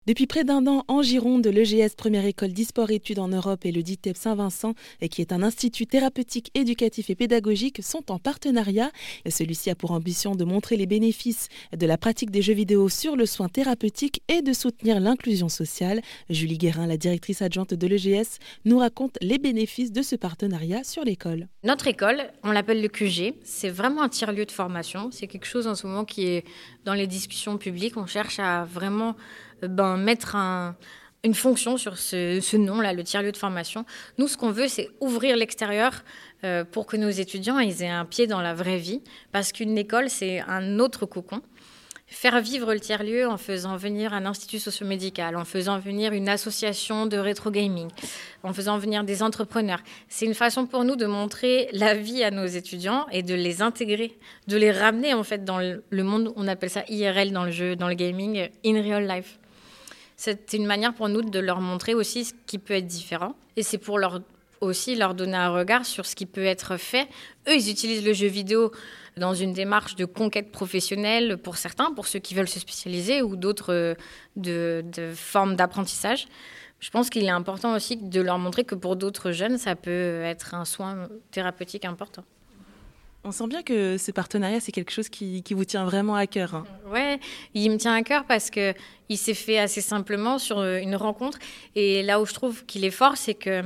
Depuis près d'un an, en Gironde, l'EGS, première école d'e-sport-études en Europe, et le DITEP Saint-Vincent, et qui est un institut thérapeutique, éducatif et pédagogique, sont en partenariat. Et celui-ci a pour ambition de montrer les bénéfices de la pratique des jeux vidéo sur le soin thérapeutique et de soutenir l'inclusion sociale. Julie Guérin, la directrice adjointe de l'EGS, nous raconte les bénéfices de ce partenariat sur l'école. Notre école, on l'appelle le QG, c'est vraiment un tiers-lieu de formation. C'est quelque chose en ce moment qui est dans les discussions publiques. On cherche à vraiment mettre une fonction sur ce nom-là, le tiers-lieu de formation. Nous, ce qu'on veut, c'est ouvrir l'extérieur pour que nos étudiants ils aient un pied dans la vraie vie, parce qu'une école, c'est un autre cocon. Faire vivre le tiers-lieu en faisant venir un institut socio-médical, en faisant venir une association de rétro-gaming, en faisant venir des entrepreneurs. C'est une façon pour nous de montrer la vie à nos étudiants et de les intégrer, de les ramener en fait dans le monde, on appelle ça IRL dans le jeu, dans le gaming, in real life. C'est une manière pour nous de leur montrer aussi ce qui peut être différent. Et c'est pour aussi leur donner un regard sur ce qui peut être fait. Eux, ils utilisent le jeu vidéo dans une démarche de conquête professionnelle pour certains, pour ceux qui veulent se spécialiser, ou d'autres de formes d'apprentissage. Je pense qu'il est important aussi de leur montrer que pour d'autres jeunes, ça peut être un soin thérapeutique important. On sent bien que ce partenariat, c'est quelque chose qui vous tient vraiment à cœur. Hein. Ouais, il me tient à cœur parce qu'il s'est fait assez simplement sur une rencontre. Et là où je trouve qu'il est fort, c'est que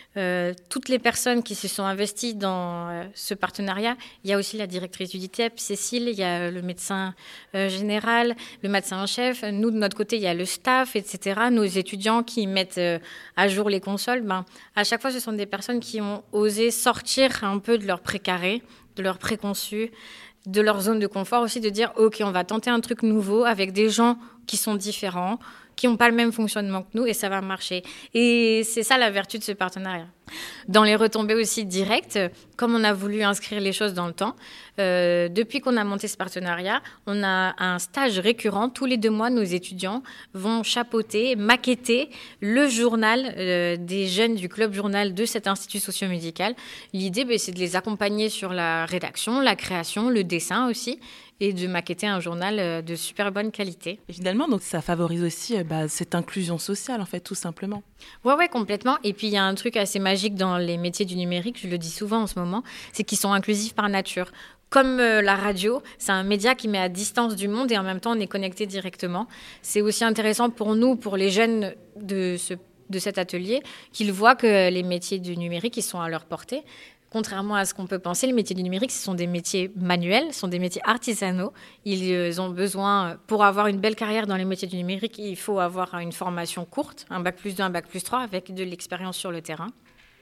toutes les personnes qui se sont investies dans ce partenariat, il y a aussi la directrice du DITEP, Cécile, il y a le médecin général, le médecin en chef. Nous, de notre côté, il y a le staff, etc. Nos étudiants qui mettent à jour les consoles. À chaque fois, ce sont des personnes qui ont osé sortir un peu de leur précaré, de leur préconçu, de leur zone de confort aussi, de dire ok, on va tenter un truc nouveau avec des gens qui sont différents, qui n'ont pas le même fonctionnement que nous, et ça va marcher. Et c'est ça la vertu de ce partenariat. Dans les retombées aussi directes, comme on a voulu inscrire les choses dans le temps, depuis qu'on a monté ce partenariat, on a un stage récurrent. Tous les 2 mois, nos étudiants vont chapeauter, maqueter le journal des jeunes du club journal de cet institut socio-médical. L'idée, c'est de les accompagner sur la rédaction, la création, le dessin aussi, et de maqueter un journal de super bonne qualité. Et finalement, donc, ça favorise aussi cette inclusion sociale, en fait, tout simplement. Ouais, complètement. Et puis, il y a un truc assez magique dans les métiers du numérique, je le dis souvent en ce moment, c'est qu'ils sont inclusifs par nature. Comme la radio, c'est un média qui met à distance du monde et en même temps, on est connecté directement. C'est aussi intéressant pour nous, pour les jeunes de cet atelier, qu'ils voient que les métiers du numérique, ils sont à leur portée. Contrairement à ce qu'on peut penser, les métiers du numérique, ce sont des métiers manuels, ce sont des métiers artisanaux. Ils ont besoin, pour avoir une belle carrière dans les métiers du numérique, il faut avoir une formation courte, un bac+2, un bac+3, avec de l'expérience sur le terrain.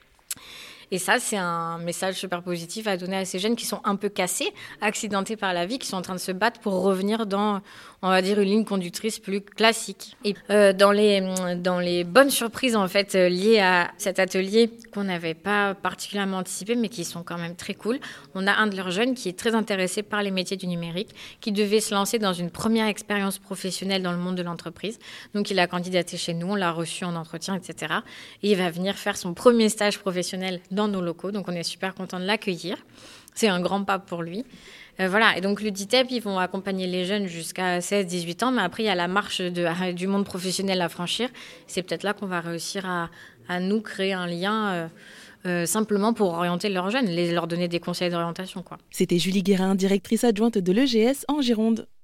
Et ça, c'est un message super positif à donner à ces jeunes qui sont un peu cassés, accidentés par la vie, qui sont en train de se battre pour revenir dans, on va dire, une ligne conductrice plus classique. Et dans les bonnes surprises, en fait, liées à cet atelier qu'on n'avait pas particulièrement anticipé, mais qui sont quand même très cool, on a un de leurs jeunes qui est très intéressé par les métiers du numérique, qui devait se lancer dans une première expérience professionnelle dans le monde de l'entreprise. Donc, il a candidaté chez nous, on l'a reçu en entretien, etc. Et il va venir faire son premier stage professionnel dans nos locaux, donc on est super content de l'accueillir. C'est un grand pas pour lui. Voilà, et donc le DITEP, ils vont accompagner les jeunes jusqu'à 16-18 ans, mais après il y a la marche du monde professionnel à franchir. C'est peut-être là qu'on va réussir à nous créer un lien simplement pour orienter leurs jeunes, leur donner des conseils d'orientation, quoi. C'était Julie Guérin, directrice adjointe de l'EGS en Gironde.